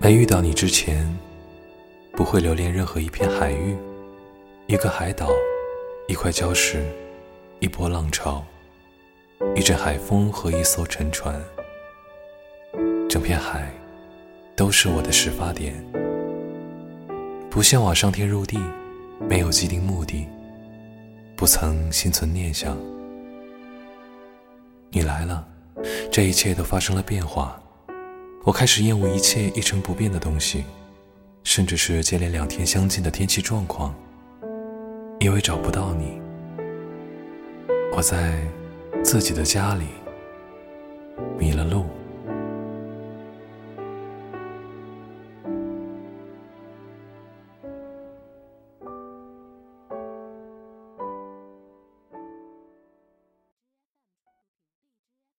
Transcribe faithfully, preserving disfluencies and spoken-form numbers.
在遇到你之前，不会留恋任何一片海域，一个海岛，一块礁石，一波浪潮，一阵海风和一艘沉船。整片海都是我的始发点，不向往上天入地，没有既定目的，不曾心存念想。你来了，这一切都发生了变化。我开始厌恶一切一成不变的东西，甚至是接连两天相近的天气状况，因为找不到你。我在自己的家里